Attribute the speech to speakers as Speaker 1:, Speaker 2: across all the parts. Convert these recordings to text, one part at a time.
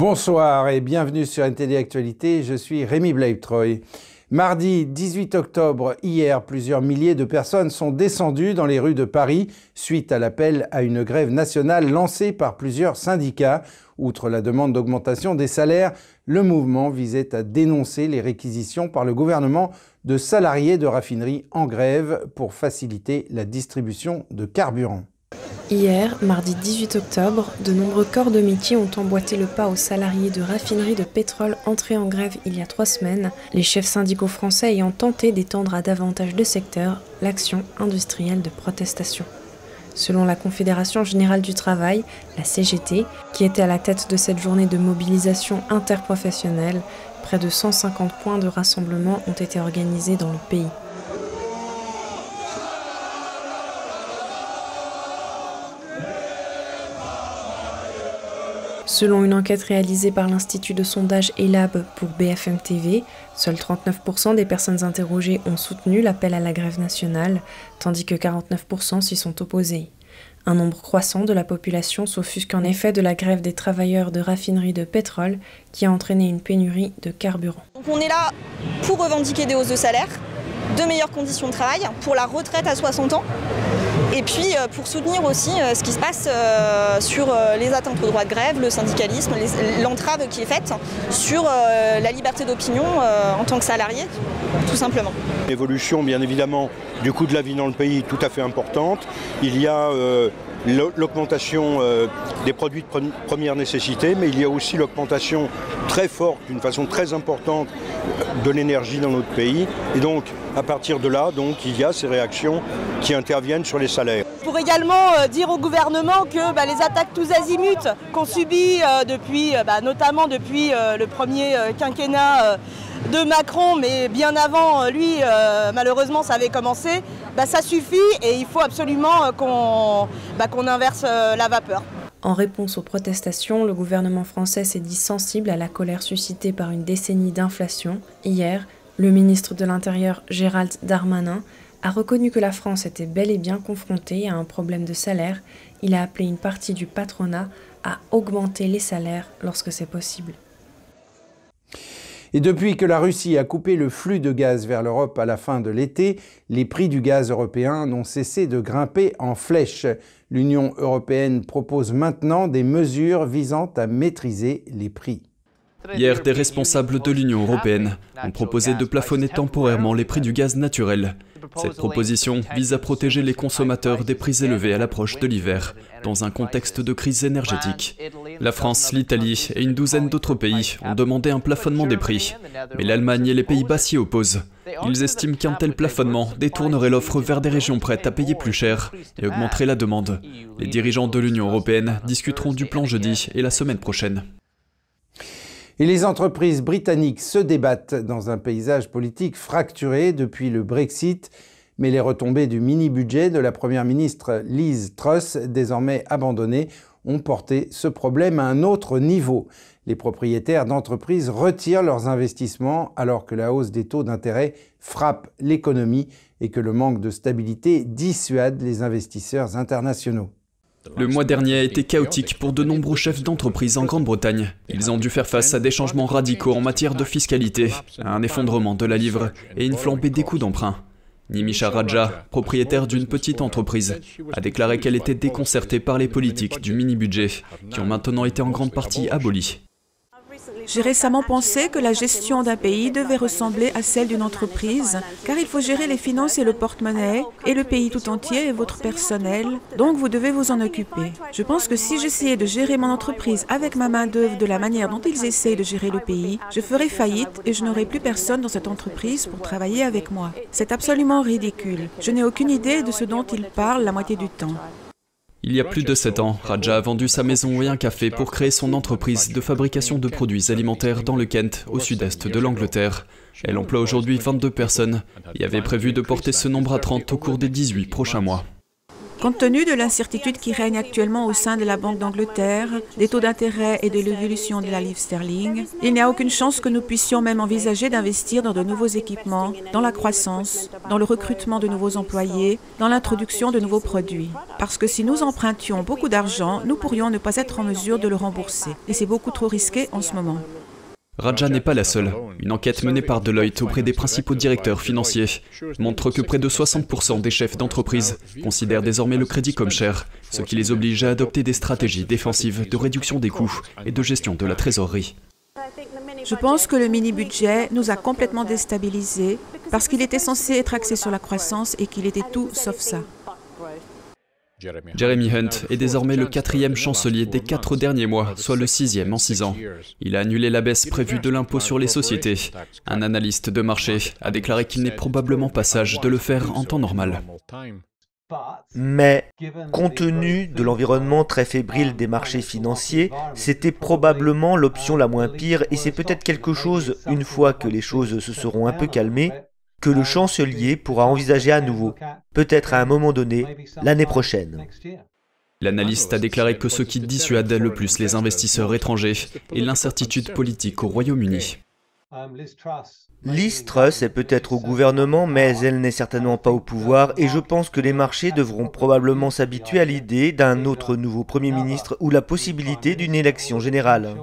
Speaker 1: Bonsoir et bienvenue sur NTD Actualité, je suis Rémi Bleibtreu. Mardi 18 octobre, hier, plusieurs milliers de personnes sont descendues dans les rues de Paris suite à l'appel à une grève nationale lancée par plusieurs syndicats. Outre la demande d'augmentation des salaires, le mouvement visait à dénoncer les réquisitions par le gouvernement de salariés de raffineries en grève pour faciliter la distribution de carburant.
Speaker 2: Hier, mardi 18 octobre, de nombreux corps de métier ont emboîté le pas aux salariés de raffineries de pétrole entrés en grève il y a 3 semaines, les chefs syndicaux français ayant tenté d'étendre à davantage de secteurs l'action industrielle de protestation. Selon la Confédération Générale du Travail, la CGT, qui était à la tête de cette journée de mobilisation interprofessionnelle, près de 150 points de rassemblement ont été organisés dans le pays. Selon une enquête réalisée par l'Institut de sondage ELAB pour BFM TV, seuls 39% des personnes interrogées ont soutenu l'appel à la grève nationale, tandis que 49% s'y sont opposés. Un nombre croissant de la population s'offusque en effet de la grève des travailleurs de raffineries de pétrole qui a entraîné une pénurie de carburant.
Speaker 3: Donc on est là pour revendiquer des hausses de salaire, de meilleures conditions de travail, pour la retraite à 60 ans. Et puis pour soutenir aussi ce qui se passe sur les atteintes au droit de grève, le syndicalisme, l'entrave qui est faite sur la liberté d'opinion en tant que salarié, tout simplement.
Speaker 4: L'évolution, bien évidemment, du coût de la vie dans le pays tout à fait importante. Il y a l'augmentation des produits de première nécessité, mais il y a aussi l'augmentation très forte, d'une façon très importante, de l'énergie dans notre pays. Et donc, à partir de là, il y a ces réactions qui interviennent sur les salaires.
Speaker 5: Pour également dire au gouvernement que les attaques tous azimuts qu'on subit notamment depuis le premier quinquennat de Macron, mais bien avant lui, malheureusement, ça avait commencé, ça suffit et il faut absolument qu'on inverse la vapeur.
Speaker 2: En réponse aux protestations, le gouvernement français s'est dit sensible à la colère suscitée par une décennie d'inflation. Hier, le ministre de l'Intérieur, Gérald Darmanin, a reconnu que la France était bel et bien confrontée à un problème de salaire. Il a appelé une partie du patronat à augmenter les salaires lorsque c'est possible.
Speaker 1: Et depuis que la Russie a coupé le flux de gaz vers l'Europe à la fin de l'été, les prix du gaz européen n'ont cessé de grimper en flèche. L'Union européenne propose maintenant des mesures visant à maîtriser les prix.
Speaker 6: Hier, des responsables de l'Union européenne ont proposé de plafonner temporairement les prix du gaz naturel. Cette proposition vise à protéger les consommateurs des prix élevés à l'approche de l'hiver, dans un contexte de crise énergétique. La France, l'Italie et une douzaine d'autres pays ont demandé un plafonnement des prix, mais l'Allemagne et les Pays-Bas s'y opposent. Ils estiment qu'un tel plafonnement détournerait l'offre vers des régions prêtes à payer plus cher et augmenterait la demande. Les dirigeants de l'Union européenne discuteront du plan jeudi et la semaine prochaine.
Speaker 1: Et les entreprises britanniques se débattent dans un paysage politique fracturé depuis le Brexit, mais les retombées du mini-budget de la première ministre Liz Truss, désormais abandonnée, ont porté ce problème à un autre niveau. Les propriétaires d'entreprises retirent leurs investissements alors que la hausse des taux d'intérêt frappe l'économie et que le manque de stabilité dissuade les investisseurs internationaux.
Speaker 6: Le mois dernier a été chaotique pour de nombreux chefs d'entreprise en Grande-Bretagne. Ils ont dû faire face à des changements radicaux en matière de fiscalité, à un effondrement de la livre et une flambée des coûts d'emprunt. Nimisha Raja, propriétaire d'une petite entreprise, a déclaré qu'elle était déconcertée par les politiques du mini-budget, qui ont maintenant été en grande partie abolies.
Speaker 7: J'ai récemment pensé que la gestion d'un pays devait ressembler à celle d'une entreprise, car il faut gérer les finances et le porte-monnaie, et le pays tout entier est votre personnel, donc vous devez vous en occuper. Je pense que si j'essayais de gérer mon entreprise avec ma main-d'œuvre de la manière dont ils essayent de gérer le pays, je ferais faillite et je n'aurais plus personne dans cette entreprise pour travailler avec moi. C'est absolument ridicule. Je n'ai aucune idée de ce dont ils parlent la moitié du temps.
Speaker 6: Il y a plus de 7 ans, Raja a vendu sa maison et un café pour créer son entreprise de fabrication de produits alimentaires dans le Kent, au sud-est de l'Angleterre. Elle emploie aujourd'hui 22 personnes et avait prévu de porter ce nombre à 30 au cours des 18 prochains mois.
Speaker 7: Compte tenu de l'incertitude qui règne actuellement au sein de la Banque d'Angleterre, des taux d'intérêt et de l'évolution de la livre sterling, il n'y a aucune chance que nous puissions même envisager d'investir dans de nouveaux équipements, dans la croissance, dans le recrutement de nouveaux employés, dans l'introduction de nouveaux produits. Parce que si nous empruntions beaucoup d'argent, nous pourrions ne pas être en mesure de le rembourser. Et c'est beaucoup trop risqué en ce moment.
Speaker 6: Raja n'est pas la seule. Une enquête menée par Deloitte auprès des principaux directeurs financiers montre que près de 60% des chefs d'entreprise considèrent désormais le crédit comme cher, ce qui les oblige à adopter des stratégies défensives de réduction des coûts et de gestion de la trésorerie.
Speaker 7: Je pense que le mini-budget nous a complètement déstabilisés parce qu'il était censé être axé sur la croissance et qu'il était tout sauf ça.
Speaker 6: Jeremy Hunt est désormais le 4e chancelier des 4 derniers mois, soit le 6e en 6 ans. Il a annulé la baisse prévue de l'impôt sur les sociétés. Un analyste de marché a déclaré qu'il n'est probablement pas sage de le faire en temps normal.
Speaker 8: Mais, compte tenu de l'environnement très fébrile des marchés financiers, c'était probablement l'option la moins pire et c'est peut-être quelque chose, une fois que les choses se seront un peu calmées, que le chancelier pourra envisager à nouveau, peut-être à un moment donné, l'année prochaine.
Speaker 6: L'analyste a déclaré que ce qui dissuade le plus les investisseurs étrangers est l'incertitude politique au Royaume-Uni.
Speaker 8: Liz Truss est peut-être au gouvernement, mais elle n'est certainement pas au pouvoir et je pense que les marchés devront probablement s'habituer à l'idée d'un autre nouveau Premier ministre ou la possibilité d'une élection générale.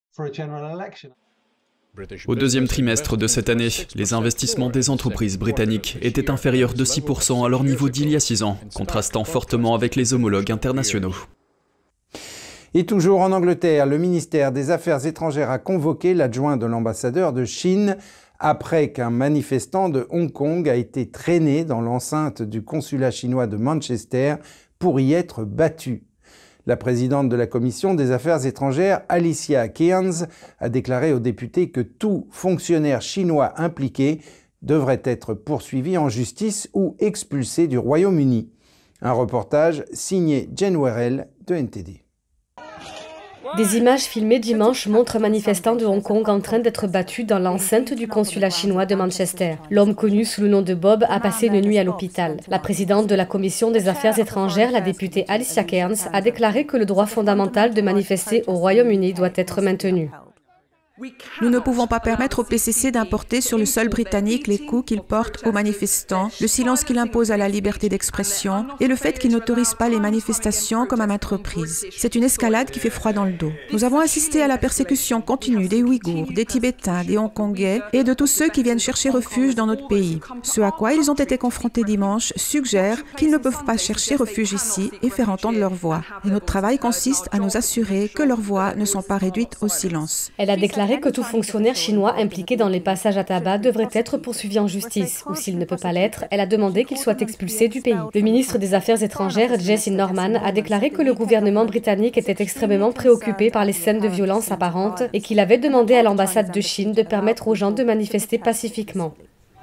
Speaker 6: Au deuxième trimestre de cette année, les investissements des entreprises britanniques étaient inférieurs de 6% à leur niveau d'il y a 6 ans, contrastant fortement avec les homologues internationaux.
Speaker 1: Et toujours en Angleterre, le ministère des Affaires étrangères a convoqué l'adjoint de l'ambassadeur de Chine après qu'un manifestant de Hong Kong a été traîné dans l'enceinte du consulat chinois de Manchester pour y être battu. La présidente de la Commission des Affaires étrangères, Alicia Kearns, a déclaré aux députés que tout fonctionnaire chinois impliqué devrait être poursuivi en justice ou expulsé du Royaume-Uni. Un reportage signé Jen Werrell de NTD.
Speaker 9: Des images filmées dimanche montrent un manifestant de Hong Kong en train d'être battu dans l'enceinte du consulat chinois de Manchester. L'homme connu sous le nom de Bob a passé une nuit à l'hôpital. La présidente de la Commission des Affaires étrangères, la députée Alicia Kearns, a déclaré que le droit fondamental de manifester au Royaume-Uni doit être maintenu.
Speaker 7: Nous ne pouvons pas permettre au PCC d'importer sur le sol britannique les coups qu'il porte aux manifestants, le silence qu'il impose à la liberté d'expression et le fait qu'il n'autorise pas les manifestations comme à maintes reprises. C'est une escalade qui fait froid dans le dos. Nous avons assisté à la persécution continue des Ouïghours, des Tibétains, des Hongkongais et de tous ceux qui viennent chercher refuge dans notre pays. Ce à quoi ils ont été confrontés dimanche suggère qu'ils ne peuvent pas chercher refuge ici et faire entendre leur voix. Et notre travail consiste à nous assurer que leurs voix ne sont pas réduites au silence.
Speaker 9: Elle a déclaré que tout fonctionnaire chinois impliqué dans les passages à tabac devrait être poursuivi en justice, ou s'il ne peut pas l'être, elle a demandé qu'il soit expulsé du pays. Le ministre des Affaires étrangères, Jessie Norman, a déclaré que le gouvernement britannique était extrêmement préoccupé par les scènes de violence apparentes et qu'il avait demandé à l'ambassade de Chine de permettre aux gens de manifester pacifiquement.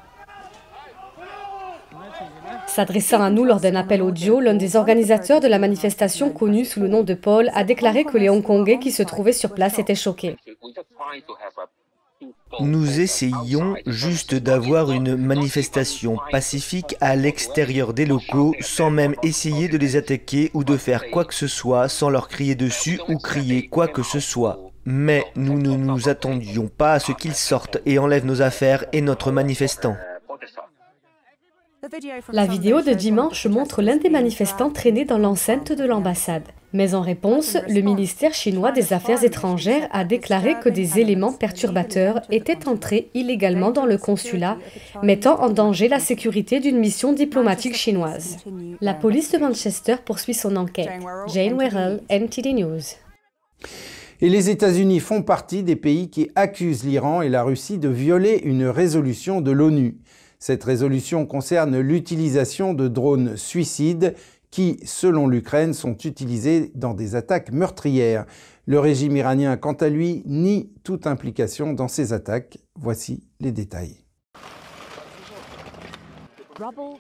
Speaker 9: S'adressant à nous lors d'un appel audio, l'un des organisateurs de la manifestation, connu sous le nom de Paul, a déclaré que les Hongkongais qui se trouvaient sur place étaient choqués.
Speaker 8: Nous essayons juste d'avoir une manifestation pacifique à l'extérieur des locaux sans même essayer de les attaquer ou de faire quoi que ce soit sans leur crier dessus ou crier quoi que ce soit. Mais nous ne nous attendions pas à ce qu'ils sortent et enlèvent nos affaires et notre manifestant.
Speaker 9: La vidéo de dimanche montre l'un des manifestants traîné dans l'enceinte de l'ambassade. Mais en réponse, le ministère chinois des Affaires étrangères a déclaré que des éléments perturbateurs étaient entrés illégalement dans le consulat, mettant en danger la sécurité d'une mission diplomatique chinoise. La police de Manchester poursuit son enquête. Jane Werrell, NTD News.
Speaker 1: Et les États-Unis font partie des pays qui accusent l'Iran et la Russie de violer une résolution de l'ONU. Cette résolution concerne l'utilisation de drones suicides qui, selon l'Ukraine, sont utilisés dans des attaques meurtrières. Le régime iranien, quant à lui, nie toute implication dans ces attaques. Voici les détails.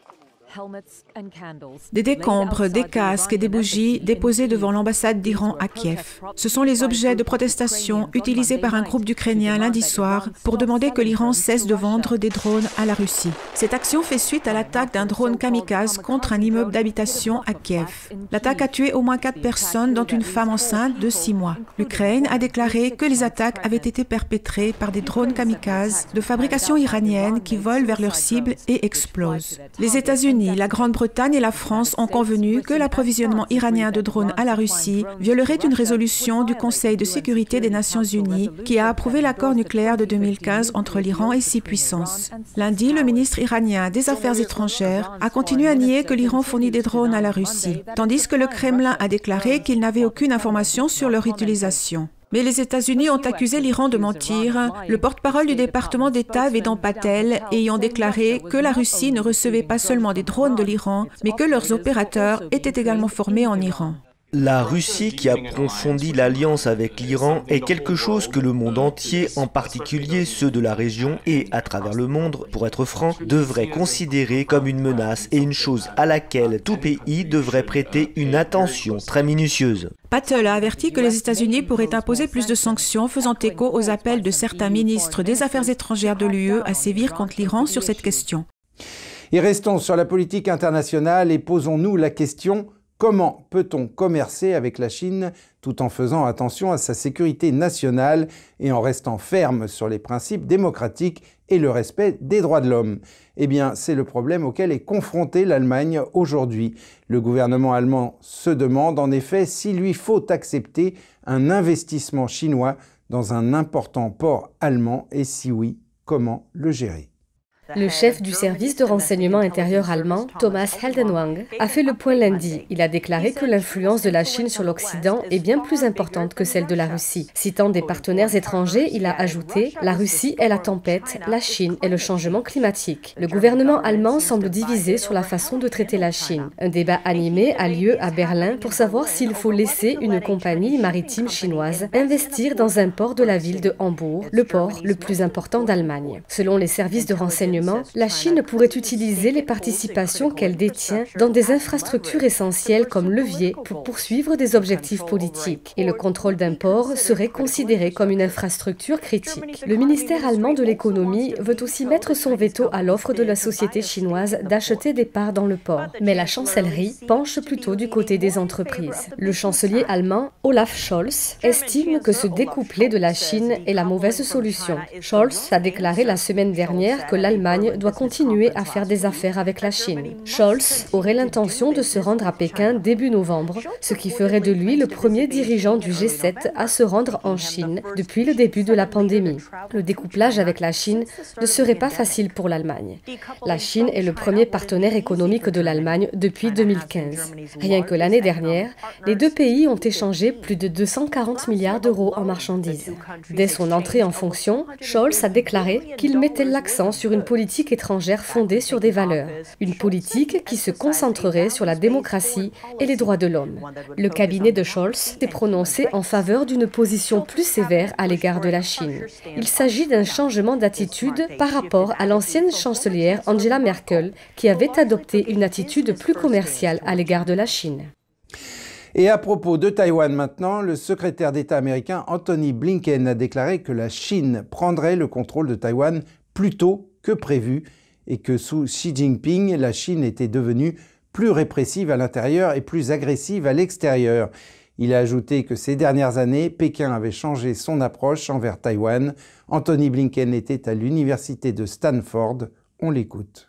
Speaker 7: Des décombres, des casques et des bougies déposés devant l'ambassade d'Iran à Kiev. Ce sont les objets de protestation utilisés par un groupe d'Ukrainiens lundi soir pour demander que l'Iran cesse de vendre des drones à la Russie. Cette action fait suite à l'attaque d'un drone kamikaze contre un immeuble d'habitation à Kiev. L'attaque a tué au moins 4 personnes, dont une femme enceinte de 6 mois. L'Ukraine a déclaré que les attaques avaient été perpétrées par des drones kamikazes de fabrication iranienne qui volent vers leurs cibles et explosent. Les États-Unis, la Grande-Bretagne et la France ont convenu que l'approvisionnement iranien de drones à la Russie violerait une résolution du Conseil de sécurité des Nations Unies qui a approuvé l'accord nucléaire de 2015 entre l'Iran et 6 puissances. Lundi, le ministre iranien des Affaires étrangères a continué à nier que l'Iran fournit des drones à la Russie, tandis que le Kremlin a déclaré qu'il n'avait aucune information sur leur utilisation. Mais les États-Unis ont accusé l'Iran de mentir, le porte-parole du département d'État Vedant Patel ayant déclaré que la Russie ne recevait pas seulement des drones de l'Iran, mais que leurs opérateurs étaient également formés en Iran.
Speaker 8: La Russie, qui approfondit l'alliance avec l'Iran, est quelque chose que le monde entier, en particulier ceux de la région et à travers le monde, pour être franc, devrait considérer comme une menace et une chose à laquelle tout pays devrait prêter une attention très minutieuse.
Speaker 7: Patel a averti que les États-Unis pourraient imposer plus de sanctions, faisant écho aux appels de certains ministres des Affaires étrangères de l'UE à sévir contre l'Iran sur cette question.
Speaker 1: Et restons sur la politique internationale et posons-nous la question: comment peut-on commercer avec la Chine tout en faisant attention à sa sécurité nationale et en restant ferme sur les principes démocratiques et le respect des droits de l'homme? Eh bien, c'est le problème auquel est confrontée l'Allemagne aujourd'hui. Le gouvernement allemand se demande en effet s'il lui faut accepter un investissement chinois dans un important port allemand et si oui, comment le gérer.
Speaker 9: Le chef du service de renseignement intérieur allemand, Thomas Heldenwang, a fait le point lundi. Il a déclaré que l'influence de la Chine sur l'Occident est bien plus importante que celle de la Russie. Citant des partenaires étrangers, il a ajouté « La Russie est la tempête, la Chine est le changement climatique ». Le gouvernement allemand semble divisé sur la façon de traiter la Chine. Un débat animé a lieu à Berlin pour savoir s'il faut laisser une compagnie maritime chinoise investir dans un port de la ville de Hambourg, le port le plus important d'Allemagne. Selon les services de renseignement, la Chine pourrait utiliser les participations qu'elle détient dans des infrastructures essentielles comme levier pour poursuivre des objectifs politiques. Et le contrôle d'un port serait considéré comme une infrastructure critique. Le ministère allemand de l'économie veut aussi mettre son veto à l'offre de la société chinoise d'acheter des parts dans le port. Mais la chancellerie penche plutôt du côté des entreprises. Le chancelier allemand, Olaf Scholz, estime que se découpler de la Chine est la mauvaise solution. Scholz a déclaré la semaine dernière que l'Allemagne doit continuer à faire des affaires avec la Chine. Scholz aurait l'intention de se rendre à Pékin début novembre, ce qui ferait de lui le premier dirigeant du G7 à se rendre en Chine depuis le début de la pandémie. Le découplage avec la Chine ne serait pas facile pour l'Allemagne. La Chine est le premier partenaire économique de l'Allemagne depuis 2015. Rien que l'année dernière, les deux pays ont échangé plus de 240 milliards d'euros en marchandises. Dès son entrée en fonction, Scholz a déclaré qu'il mettait l'accent sur une politique étrangère fondée sur des valeurs. Une politique qui se concentrerait sur la démocratie et les droits de l'homme. Le cabinet de Scholz s'est prononcé en faveur d'une position plus sévère à l'égard de la Chine. Il s'agit d'un changement d'attitude par rapport à l'ancienne chancelière Angela Merkel, qui avait adopté une attitude plus commerciale à l'égard de la Chine.
Speaker 1: Et à propos de Taïwan maintenant, le secrétaire d'État américain Anthony Blinken a déclaré que la Chine prendrait le contrôle de Taïwan plus tôt que prévu et que sous Xi Jinping, la Chine était devenue plus répressive à l'intérieur et plus agressive à l'extérieur. Il a ajouté que ces dernières années, Pékin avait changé son approche envers Taïwan. Anthony Blinken était à l'université de Stanford. On l'écoute.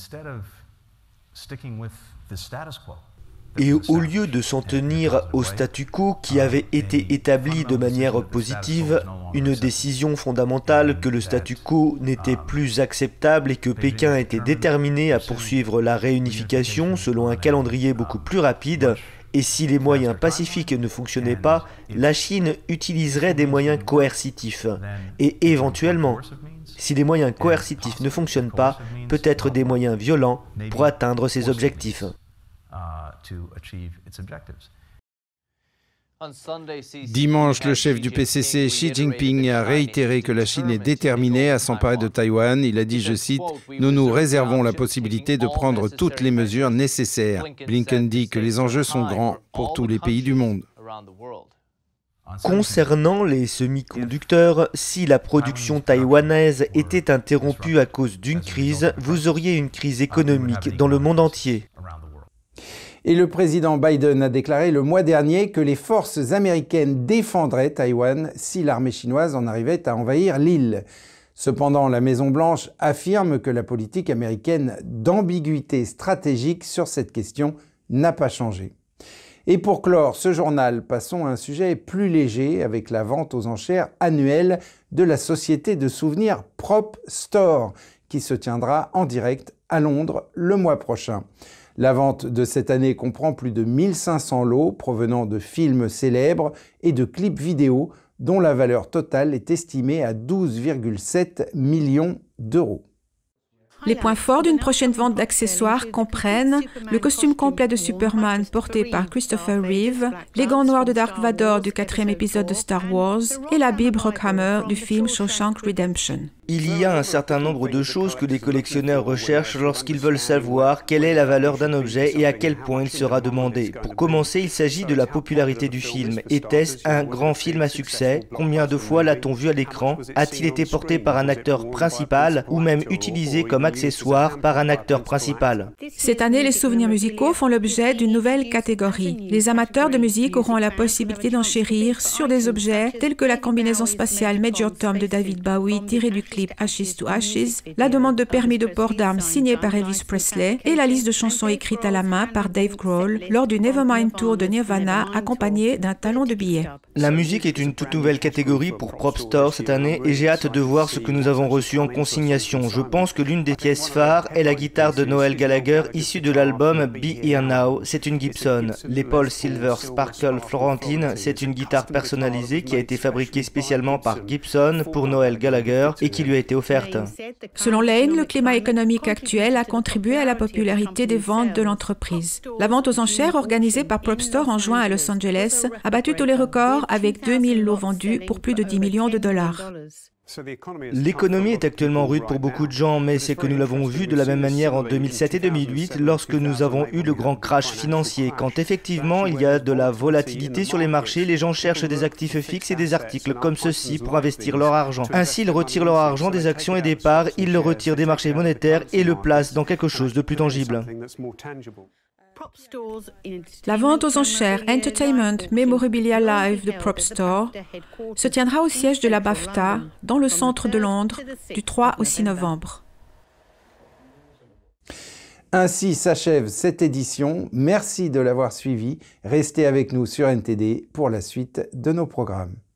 Speaker 8: Et au lieu de s'en tenir au statu quo qui avait été établi de manière positive, une décision fondamentale que le statu quo n'était plus acceptable et que Pékin était déterminé à poursuivre la réunification selon un calendrier beaucoup plus rapide, et si les moyens pacifiques ne fonctionnaient pas, la Chine utiliserait des moyens coercitifs. Et éventuellement, si les moyens coercitifs ne fonctionnent pas, peut-être des moyens violents pour atteindre ses objectifs.
Speaker 1: Dimanche, le chef du PCC, Xi Jinping, a réitéré que la Chine est déterminée à s'emparer de Taïwan. Il a dit, je cite, « Nous nous réservons la possibilité de prendre toutes les mesures nécessaires ». Blinken dit que les enjeux sont grands pour tous les pays du monde.
Speaker 8: Concernant les semi-conducteurs, si la production taïwanaise était interrompue à cause d'une crise, vous auriez une crise économique dans le monde entier.
Speaker 1: Et le président Biden a déclaré le mois dernier que les forces américaines défendraient Taïwan si l'armée chinoise en arrivait à envahir l'île. Cependant, la Maison-Blanche affirme que la politique américaine d'ambiguïté stratégique sur cette question n'a pas changé. Et pour clore ce journal, passons à un sujet plus léger avec la vente aux enchères annuelle de la société de souvenirs Prop Store qui se tiendra en direct à Londres le mois prochain. La vente de cette année comprend plus de 1500 lots provenant de films célèbres et de clips vidéo dont la valeur totale est estimée à 12,7 millions d'euros.
Speaker 7: Les points forts d'une prochaine vente d'accessoires comprennent le costume complet de Superman porté par Christopher Reeve, les gants noirs de Dark Vador du 4e épisode de Star Wars et la Bible Rockhammer du film Shawshank Redemption.
Speaker 8: Il y a un certain nombre de choses que les collectionneurs recherchent lorsqu'ils veulent savoir quelle est la valeur d'un objet et à quel point il sera demandé. Pour commencer, il s'agit de la popularité du film. Était-ce un grand film à succès? Combien de fois l'a-t-on vu à l'écran? A-t-il été porté par un acteur principal ou même utilisé comme accessoire par un acteur principal?
Speaker 7: Cette année, les souvenirs musicaux font l'objet d'une nouvelle catégorie. Les amateurs de musique auront la possibilité d'enchérir sur des objets tels que la combinaison spatiale Major Tom de David Bowie tirée du clip Ashes to Ashes, la demande de permis de port d'armes signée par Elvis Presley et la liste de chansons écrites à la main par Dave Grohl lors du Nevermind Tour de Nirvana accompagné d'un talon de billets.
Speaker 8: La musique est une toute nouvelle catégorie pour Prop Store cette année et j'ai hâte de voir ce que nous avons reçu en consignation. Je pense que l'une des pièces phares est la guitare de Noel Gallagher issue de l'album Be Here Now. C'est une Gibson. Les Paul Silver Sparkle Florentine, c'est une guitare personnalisée qui a été fabriquée spécialement par Gibson pour Noel Gallagher et qui lui a été offerte.
Speaker 7: Selon Lane, le climat économique actuel a contribué à la popularité des ventes de l'entreprise. La vente aux enchères organisée par Prop Store en juin à Los Angeles a battu tous les records avec 2000 lots vendus pour plus de 10 millions de dollars.
Speaker 8: L'économie est actuellement rude pour beaucoup de gens, mais c'est que nous l'avons vu de la même manière en 2007 et 2008 lorsque nous avons eu le grand crash financier. Quand effectivement il y a de la volatilité sur les marchés, les gens cherchent des actifs fixes et des articles comme ceux-ci pour investir leur argent. Ainsi, ils retirent leur argent des actions et des parts, ils le retirent des marchés monétaires et le placent dans quelque chose de plus tangible.
Speaker 7: La vente aux enchères Entertainment Memorabilia Live de Prop Store se tiendra au siège de la BAFTA dans le centre de Londres du 3 au 6 novembre.
Speaker 1: Ainsi s'achève cette édition. Merci de l'avoir suivi. Restez avec nous sur NTD pour la suite de nos programmes.